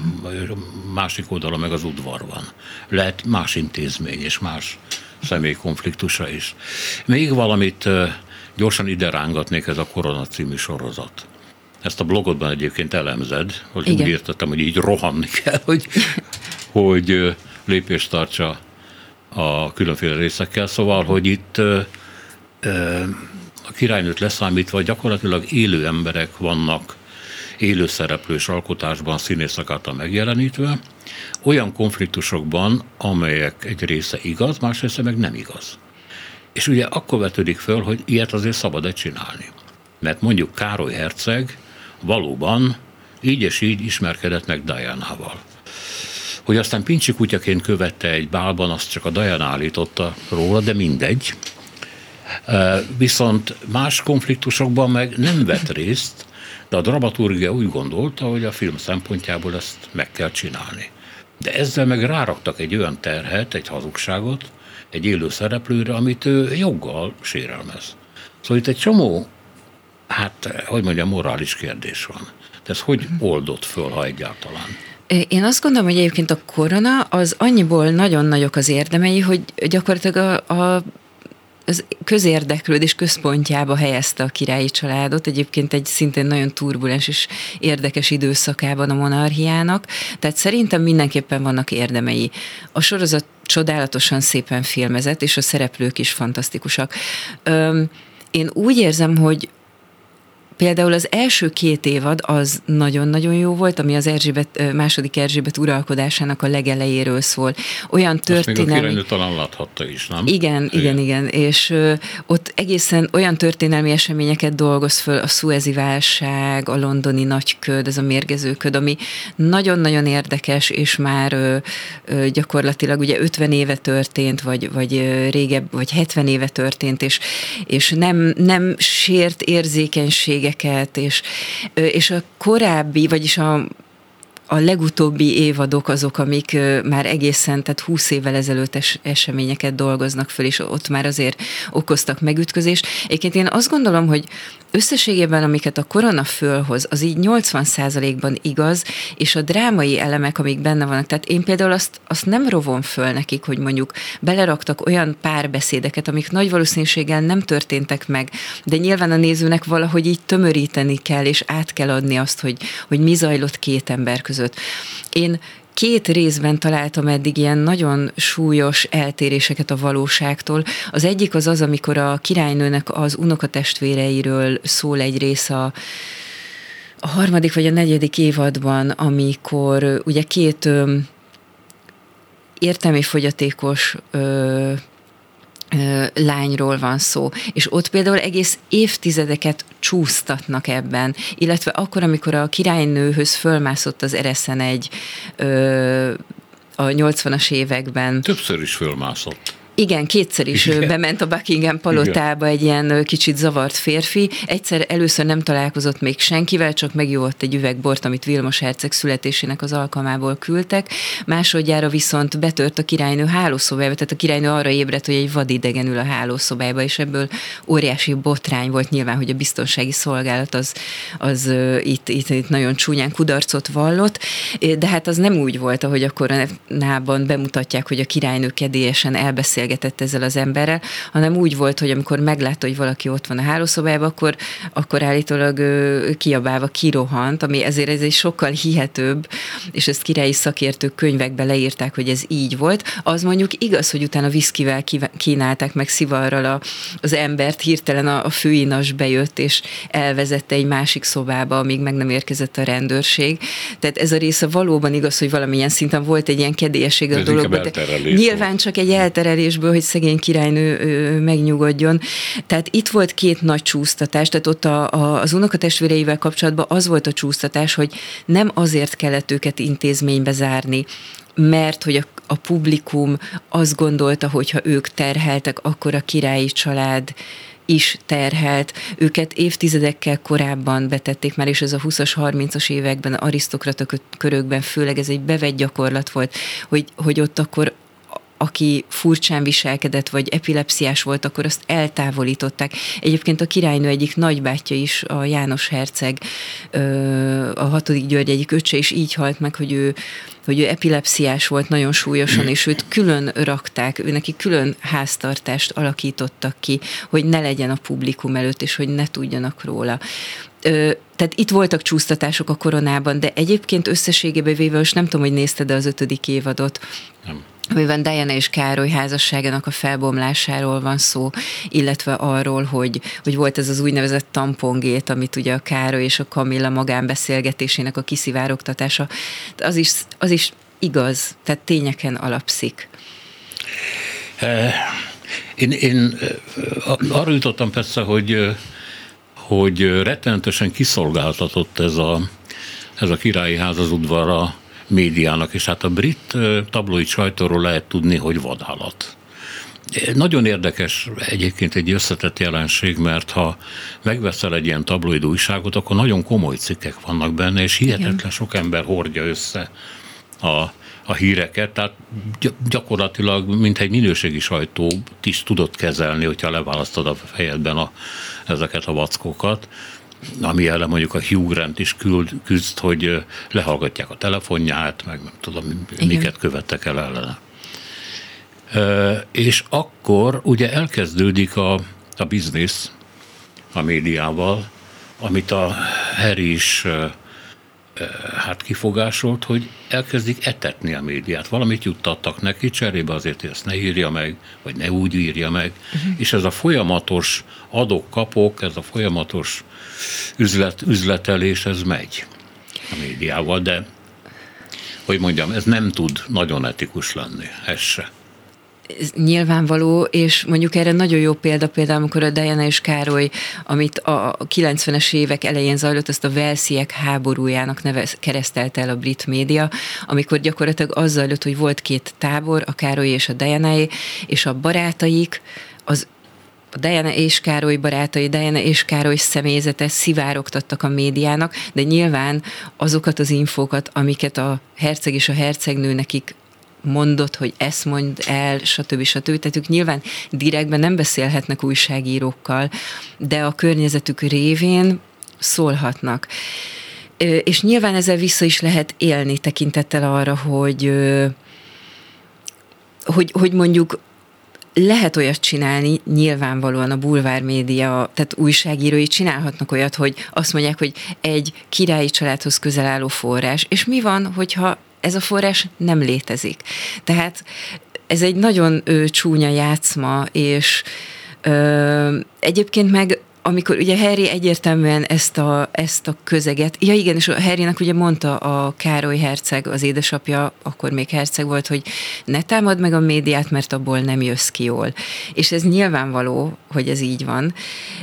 másik oldala meg az udvar van. Lehet más intézmény és más személy konfliktusa is. Még valamit gyorsan ide rángatnék, ez a Korona című sorozat. Ezt a blogodban egyébként elemzed, hogy igen. Úgy értettem, hogy így rohanni kell, hogy lépést tartsa a különféle részekkel. Szóval, hogy itt a királynőt leszámítva gyakorlatilag élő emberek vannak élő szereplős alkotásban, színészek által megjelenítve, olyan konfliktusokban, amelyek egy része igaz, más része meg nem igaz. És ugye akkor vetődik föl, hogy ilyet azért szabad-e csinálni. Mert mondjuk Károly herceg valóban így és így ismerkedett meg Dianával. Hogy aztán pincsi kutyaként követte egy bálban, azt csak a Diana állította róla, de mindegy. Viszont más konfliktusokban meg nem vett részt, de a dramaturgia úgy gondolta, hogy a film szempontjából ezt meg kell csinálni. De ezzel meg ráraktak egy olyan terhet, egy hazugságot, egy élő szereplőre, amit ő joggal sérelmez. Szóval itt egy csomó, morális kérdés van. De ez hogy oldott föl, ha egyáltalán?
Én azt gondolom, hogy egyébként a korona az annyiból nagyon nagyok az érdemei, hogy gyakorlatilag az közérdeklődés központjába helyezte a királyi családot, egyébként egy szintén nagyon turbulens és érdekes időszakában a monarchiának, tehát szerintem mindenképpen vannak érdemei. A sorozat csodálatosan szépen filmezett, és a szereplők is fantasztikusak. Én úgy érzem, hogy például az első 2 évad az nagyon-nagyon jó volt, ami az második Erzsébet uralkodásának a legelejéről szól. Olyan történelmi...
Azt még a királynő talán láthatta is, nem?
Igen. És ott egészen olyan történelmi eseményeket dolgoz föl, a szuezi válság, a londoni nagyköd, ez a mérgező köd, ami nagyon-nagyon érdekes, és már gyakorlatilag ugye 50 éve történt, vagy régebb, vagy 70 éve történt, és nem sért érzékenységet, és a korábbi, vagyis a legutóbbi évadok azok, amik már egészen, tehát 20 évvel ezelőtt eseményeket dolgoznak föl, és ott már azért okoztak megütközést. Egyébként én azt gondolom, hogy összességében, amiket a korona fölhoz, az így 80%-ban igaz, és a drámai elemek, amik benne vannak, tehát én például azt nem rovom föl nekik, hogy mondjuk beleraktak olyan párbeszédeket, amik nagy valószínűséggel nem történtek meg, de nyilván a nézőnek valahogy így tömöríteni kell, és át kell adni azt, hogy mi zajlott 2 ember között. Én 2 részben találtam eddig ilyen nagyon súlyos eltéréseket a valóságtól. Az egyik az, amikor a királynőnek az unokatestvéreiről szól egy rész a 3. vagy a 4. évadban, amikor ugye 2 értelmi fogyatékos lányról van szó, és ott például egész évtizedeket csúsztatnak ebben, illetve akkor, amikor a királynőhöz fölmászott az Ereszen a 80-as években.
Többször is fölmászott.
Igen, 2-szer is bement a Buckingham palotába egy ilyen kicsit zavart férfi. Először nem találkozott még senkivel, csak megjóott egy üveg bort, amit Vilmos herceg születésének az alkalmából küldtek. Másodjára viszont betört a királynő hálószobájába, tehát a királynő arra ébredt, hogy egy vadidegen ül a hálószobájába, és ebből óriási botrány volt nyilván, hogy a biztonsági szolgálat az itt nagyon csúnyán kudarcot vallott, de hát az nem úgy volt, ahogy a koronában bemutatják, hogy a királynő kedélyesen elbeszélgetett ezzel az emberrel, hanem úgy volt, hogy amikor meglátta, hogy valaki ott van a hálószobában, akkor állítólag kiabálva kirohant, ami ezért ez egy sokkal hihetőbb, és ezt királyi szakértők könyvekbe leírták, hogy ez így volt. Az mondjuk igaz, hogy utána viszkivel kínálták meg szivarral az embert, hirtelen a főinas bejött, és elvezette egy másik szobába, amíg meg nem érkezett a rendőrség. Tehát ez a része valóban igaz, hogy valamilyen szinten volt egy ilyen kedélyesség a dologban. Nyilván csak egy elterelés, hogy szegény királynő megnyugodjon. Tehát itt volt 2 nagy csúsztatás, tehát ott az unokatestvéreivel kapcsolatban az volt a csúsztatás, hogy nem azért kellett őket intézménybe zárni, mert hogy a publikum azt gondolta, hogy ha ők terheltek, akkor a királyi család is terhelt. Őket évtizedekkel korábban betették már, és ez a 20-as, 30-as években arisztokrata körökben főleg ez egy bevett gyakorlat volt, hogy ott akkor aki furcsán viselkedett, vagy epilepsziás volt, akkor azt eltávolították. Egyébként a királynő egyik nagybátyja is, a János herceg, a 6. György egyik öccse is így halt meg, hogy ő epilepsziás volt nagyon súlyosan, és őt külön rakták, neki külön háztartást alakítottak ki, hogy ne legyen a publikum előtt, és hogy ne tudjanak róla. Tehát itt voltak csúsztatások a koronában, de egyébként összességében véve, most nem tudom, hogy nézted az 5. évadot,
nem,
amiben Diana és Károly házasságának a felbomlásáról van szó, illetve arról, hogy volt ez az úgynevezett tampongét, amit ugye a Károly és a Kamilla magánbeszélgetésének a kiszivárogtatása. Az is igaz, tehát tényeken alapszik.
Én arra jutottam persze, hogy rettenetesen kiszolgáltatott ez a királyi ház az udvarra médiának, és hát a brit tabloid sajtóról lehet tudni, hogy vadállat. Nagyon érdekes egyébként egy összetett jelenség, mert ha megveszel egy ilyen tabloid újságot, akkor nagyon komoly cikkek vannak benne, és hihetetlen sok ember hordja össze a híreket, tehát gyakorlatilag mintha minőségi sajtó is tudott kezelni, hogyha leválasztod a fejedben ezeket a vackókat, ami ellen mondjuk a Hugh Grant is küzd, hogy lehallgatják a telefonját, meg nem tudom, miket követtek el ellene. És akkor ugye elkezdődik a biznisz a médiával, amit a Harry is kifogásolt, hogy elkezdik etetni a médiát. Valamit juttattak neki, cserébe azért, hogy ezt ne írja meg, vagy ne úgy írja meg. És ez a folyamatos adok-kapok, ez a folyamatos üzletelés, ez megy a médiával, de hogy mondjam, ez nem tud nagyon etikus lenni, ez se.
Ez nyilvánvaló, és mondjuk erre nagyon jó például, amikor a Diana és Károly, amit a 90-es évek elején zajlott, azt a Walesiek háborújának keresztelte el a brit média, amikor gyakorlatilag az zajlott, hogy volt két tábor, a Károly és a Dianaé, és a barátaik, a Diana és Károly barátai, Diana és Károly személyzete szivárogtattak a médiának, de nyilván azokat az infókat, amiket a herceg és a hercegnő nekik mondott, hogy ezt mondd el, stb. Tehát ők nyilván direktben nem beszélhetnek újságírókkal, de a környezetük révén szólhatnak. És nyilván ezzel vissza is lehet élni tekintettel arra, hogy mondjuk lehet olyat csinálni, nyilvánvalóan a bulvár média, tehát újságírói csinálhatnak olyat, hogy azt mondják, hogy egy királyi családhoz közel álló forrás, és mi van, hogyha ez a forrás nem létezik. Tehát ez egy nagyon csúnya játszma, és egyébként meg amikor ugye Harry egyértelműen ezt a közeget, ja igen, és a Harrynek ugye mondta a Károly herceg, az édesapja, akkor még herceg volt, hogy ne támad meg a médiát, mert abból nem jössz ki jól. És ez nyilvánvaló, hogy ez így van.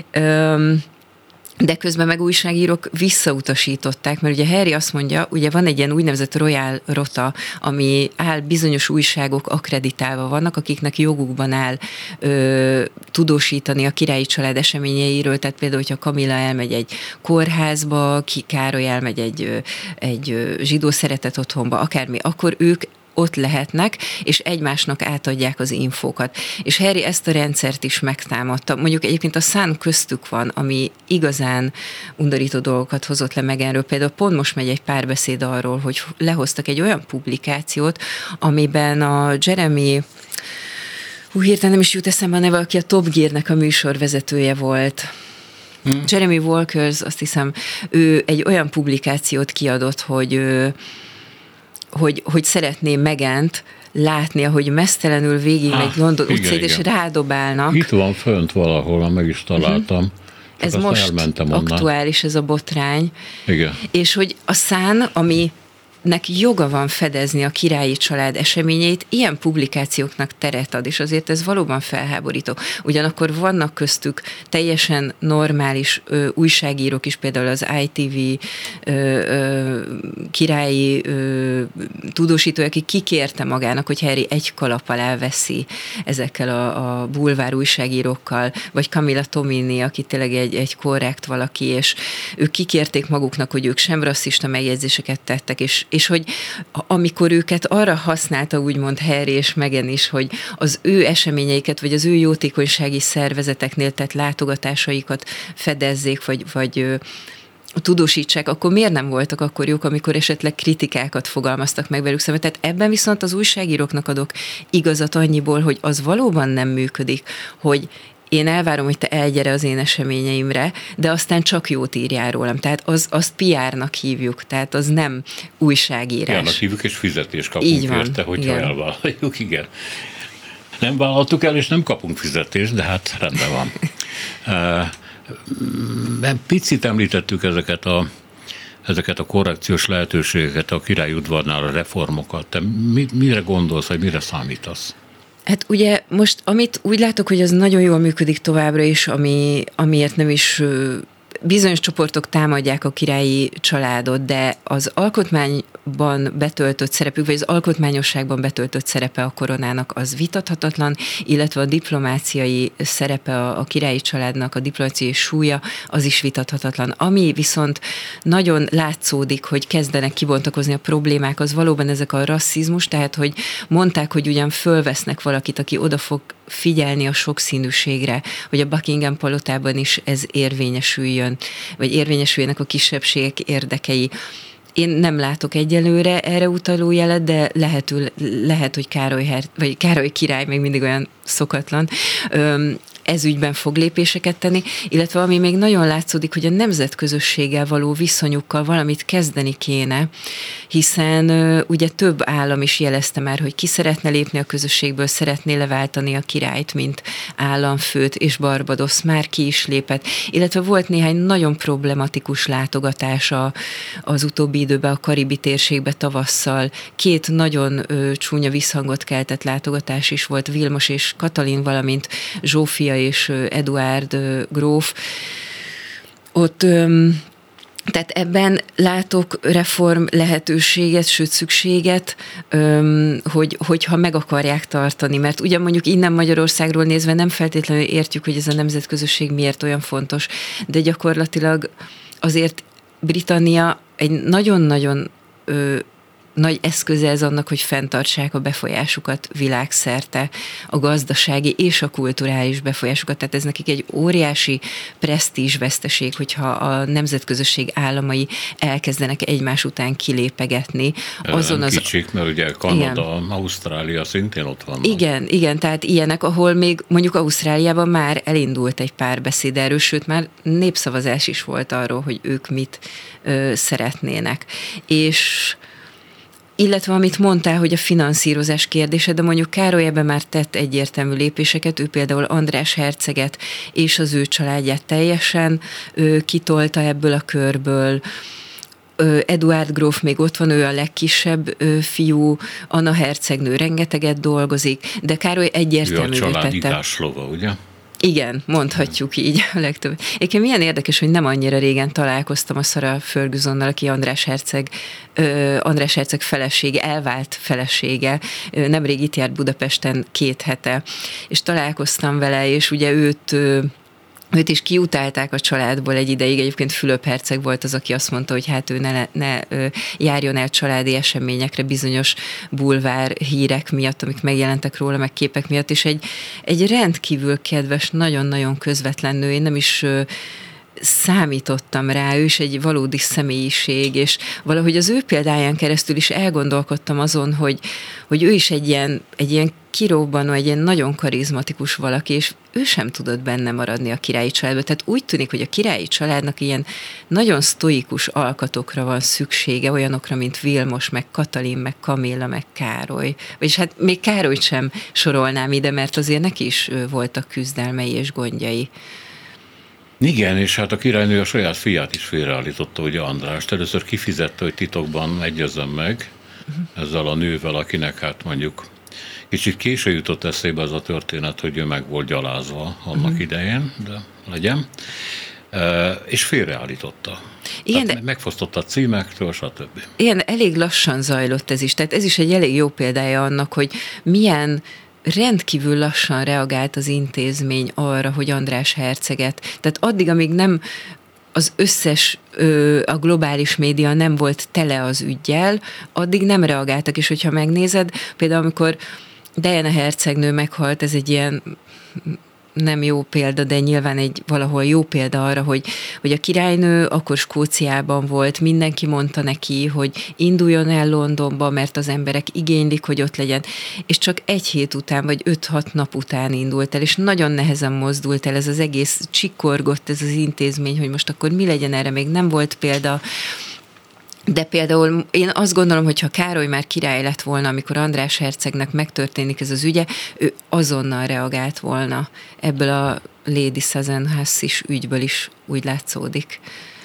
De közben meg újságírók visszautasították, mert ugye Harry azt mondja, ugye van egy ilyen úgynevezett Royal Rota, ami áll, bizonyos újságok akkreditálva vannak, akiknek jogukban áll tudósítani a királyi család eseményeiről, tehát például, hogyha Kamilla elmegy egy kórházba, Károly elmegy egy zsidó szeretett otthonba, akármi, akkor ők ott lehetnek, és egymásnak átadják az infókat. És Harry ezt a rendszert is megtámadta. Mondjuk egyébként a Sun köztük van, ami igazán undorító dolgokat hozott le Meghanről. Például pont most megy egy párbeszéd arról, hogy lehoztak egy olyan publikációt, amiben a Jeremy, hirtelen nem is jut eszembe a neve, aki a Top Gear-nek a műsorvezetője volt. Jeremy Walkers, azt hiszem, ő egy olyan publikációt kiadott, hogy szeretné Megant látni, ahogy mesztelenül végigmegy London utcát, és rádobálnak.
Itt van fönt valahol, meg is találtam.
Ez most aktuális, ez a botrány.
Igen.
És hogy a Sun, aminek joga van fedezni a királyi család eseményeit, ilyen publikációknak teret ad, és azért ez valóban felháborító. Ugyanakkor vannak köztük teljesen normális újságírók is, például az ITV királyi tudósító, aki kikérte magának, hogy Harry egy kalap alá veszi ezekkel a bulvár újságírókkal, vagy Camilla Tomini, aki tényleg egy korrekt valaki, és ők kikérték maguknak, hogy ők sem rasszista megjegyzéseket tettek, és hogy amikor őket arra használta úgymond Harry és Meghan is, hogy az ő eseményeiket, vagy az ő jótékonysági szervezeteknél tett látogatásaikat fedezzék, vagy tudósítsák, akkor miért nem voltak akkor jók, amikor esetleg kritikákat fogalmaztak meg velük szemben? Tehát ebben viszont az újságíróknak adok igazat annyiból, hogy az valóban nem működik, hogy én elvárom, hogy te elgyere az én eseményeimre, de aztán csak jót írjál rólam. Tehát azt PR-nak hívjuk, tehát az nem újságírás.
PR-nak hívjuk, és fizetést kapunk érte, hogyha elvállaljuk, igen. Nem vállaltuk el, és nem kapunk fizetést, de rendben van. Picit említettük ezeket a korrekciós lehetőségeket, a királyudvarnál a reformokat. Te mire gondolsz, vagy mire számítasz?
Hát ugye most, amit úgy látok, hogy az nagyon jól működik továbbra is, amiért nem is bizonyos csoportok támadják a királyi családot, de az alkotmány ban betöltött szerepük, vagy az alkotmányosságban betöltött szerepe a koronának az vitathatatlan, illetve a diplomáciai szerepe a királyi családnak, a diplomáciai súlya az is vitathatatlan. Ami viszont nagyon látszódik, hogy kezdenek kibontakozni a problémák, az valóban ezek a rasszizmus, tehát hogy mondták, hogy ugyan fölvesznek valakit, aki oda fog figyelni a sokszínűségre, hogy a Buckingham palotában is ez érvényesüljön, vagy érvényesüljenek a kisebbségek érdekei. Én nem látok egyelőre erre utaló jelet, de lehet, hogy Károly király még mindig olyan szokatlan, ez ügyben fog lépéseket tenni, illetve ami még nagyon látszódik, hogy a nemzetközösséggel való viszonyukkal valamit kezdeni kéne, hiszen ugye több állam is jelezte már, hogy ki szeretne lépni a közösségből, szeretné leváltani a királyt, mint államfőt, és Barbados már ki is lépett, illetve volt néhány nagyon problematikus látogatása az utóbbi időben a karibi térségbe tavasszal. 2 nagyon csúnya visszhangot keltett látogatás is volt, Vilmos és Katalin, valamint Zsófia és Eduárd gróf. Ott, tehát ebben látok reform lehetőséget, sőt szükséget, hogyha meg akarják tartani, mert ugyan mondjuk innen Magyarországról nézve nem feltétlenül értjük, hogy ez a nemzetközösség miért olyan fontos, de gyakorlatilag azért Britannia egy nagyon-nagyon nagy eszköze ez annak, hogy fenntartsák a befolyásukat világszerte, a gazdasági és a kulturális befolyásukat. Tehát ez nekik egy óriási presztízsveszteség, hogyha a nemzetközösség államai elkezdenek egymás után kilépegetni.
Azon nem kicsik, mert ugye Kanada, igen. Ausztrália szintén ott vannak.
Igen, tehát ilyenek, ahol még mondjuk Ausztráliában már elindult egy párbeszéd erről, sőt már népszavazás is volt arról, hogy ők mit szeretnének. És illetve amit mondtál, hogy a finanszírozás kérdése, de mondjuk Károly ebben már tett egyértelmű lépéseket, ő például András herceget és az ő családját teljesen kitolta ebből a körből. Eduárd gróf még ott van, ő a legkisebb fiú, Anna hercegnő rengeteget dolgozik, de Károly egyértelművé tette.
Ő a család itáslova, ugye?
Igen, mondhatjuk így a legtöbb. Egyébként milyen érdekes, hogy nem annyira régen találkoztam a Sarah Fergusonnal, aki András herceg felesége, elvált felesége. Nemrég itt járt Budapesten 2 hete, és találkoztam vele, és ugye őt is kiutálták a családból egy ideig. Egyébként Fülöp herceg volt az, aki azt mondta, hogy hát ő ne járjon el családi eseményekre bizonyos bulvár hírek miatt, amik megjelentek róla, meg képek miatt, és egy rendkívül kedves, nagyon-nagyon közvetlen nő. Én nem is számítottam rá, ő is egy valódi személyiség, és valahogy az ő példáján keresztül is elgondolkodtam azon, hogy ő is egy ilyen kirobbanó, egy ilyen nagyon karizmatikus valaki, és ő sem tudott benne maradni a királyi családba. Tehát úgy tűnik, hogy a királyi családnak ilyen nagyon sztoikus alkatokra van szüksége, olyanokra, mint Vilmos, meg Katalin, meg Kamilla, meg Károly. Vagyis hát még Károlyt sem sorolnám ide, mert azért neki is voltak küzdelmei és gondjai.
Igen, és hát a királynő a saját fiát is félreállította, ugye Andrást. Először kifizette, hogy titokban egyezzen meg ezzel a nővel, akinek hát mondjuk kicsit késő jutott eszébe ez a történet, hogy ő meg volt gyalázva annak idején, de legyen. És félreállította. Igen, de megfosztotta a címektől, stb.
Igen, elég lassan zajlott ez is. Tehát ez is egy elég jó példája annak, hogy milyen rendkívül lassan reagált az intézmény arra, hogy András herceget. Tehát addig, amíg nem az összes, a globális média nem volt tele az üggyel, addig nem reagáltak, és hogyha megnézed, például amikor Diana hercegnő meghalt, ez egy ilyen nem jó példa, de nyilván egy valahol jó példa arra, hogy a királynő akkor Skóciában volt, mindenki mondta neki, hogy induljon el Londonba, mert az emberek igénylik, hogy ott legyen, és csak 1 hét után, vagy 5-6 nap után indult el, és nagyon nehezen mozdult el, ez az egész csikorgott ez az intézmény, hogy most akkor mi legyen, erre még nem volt példa. De például én azt gondolom, hogy ha Károly már király lett volna, amikor András hercegnek megtörténik ez az ügye, ő azonnal reagált volna. Ebből a Lady Susan-Huss ügyből is úgy látszódik.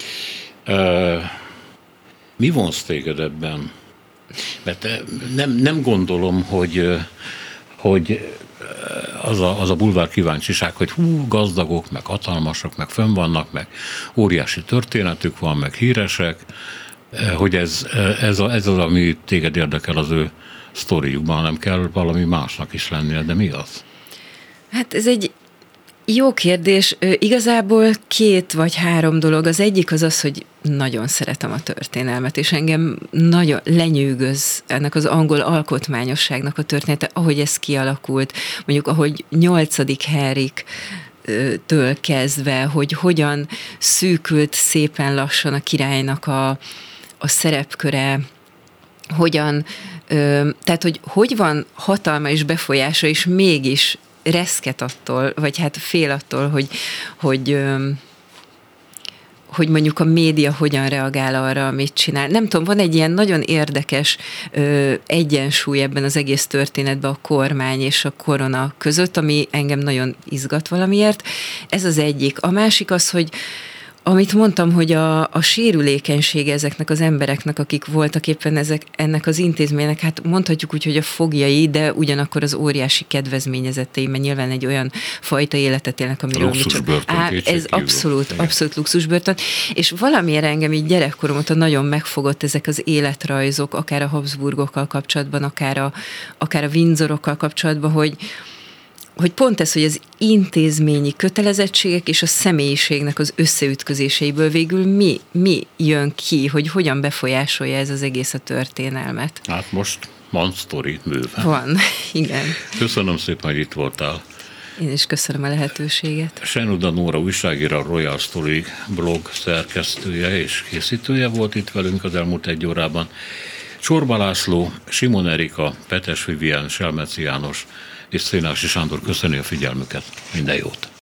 Mi vonz téged ebben? Mert nem gondolom, hogy az a bulvár kíváncsiság, hogy gazdagok, meg hatalmasok, meg fönn vannak, meg óriási történetük van, meg híresek, hogy ez az, ami téged érdekel az ő sztoriukban, nem kell valami másnak is lennie, de mi az?
Hát ez egy jó kérdés. Igazából 2 vagy 3 dolog. Az egyik az, hogy nagyon szeretem a történelmet, és engem nagyon lenyűgöz ennek az angol alkotmányosságnak a története, ahogy ez kialakult, mondjuk ahogy 8. Henrik től kezdve, hogy hogyan szűkült szépen lassan a királynak a szerepköre, hogyan, tehát hogy van hatalma és befolyása, és mégis reszket attól, vagy hát fél attól, hogy mondjuk a média hogyan reagál arra, amit csinál. Nem tudom, van egy ilyen nagyon érdekes egyensúly ebben az egész történetben a kormány és a korona között, ami engem nagyon izgat valamiért. Ez az egyik. A másik az, hogy amit mondtam, hogy a sérülékenysége ezeknek az embereknek, akik voltak éppen ennek az intézménynek, hát mondhatjuk úgy, hogy a foglyai, de ugyanakkor az óriási kedvezményezettei, mert nyilván egy olyan fajta életet élnek, amiről ez abszolút luxusbörtön, és valamiért engem így gyerekkorom óta nagyon megfogott ezek az életrajzok, akár a Habsburgokkal kapcsolatban, akár a Windsorokkal kapcsolatban, hogy pont ez, hogy az intézményi kötelezettségek és a személyiségnek az összeütközéseiből végül mi jön ki, hogy hogyan befolyásolja ez az egész a történelmet.
Hát most van sztori bőven.
Van, igen.
Köszönöm szépen, hogy itt voltál.
Én is köszönöm a lehetőséget.
Senuda Nóra újságíró, a Royal Story blog szerkesztője és készítője volt itt velünk az elmúlt 1 órában. Csorba László, Simon Erika, Petes Vivien, Selmeci János és Szénási Sándor köszöni a figyelmüket. Minden jót!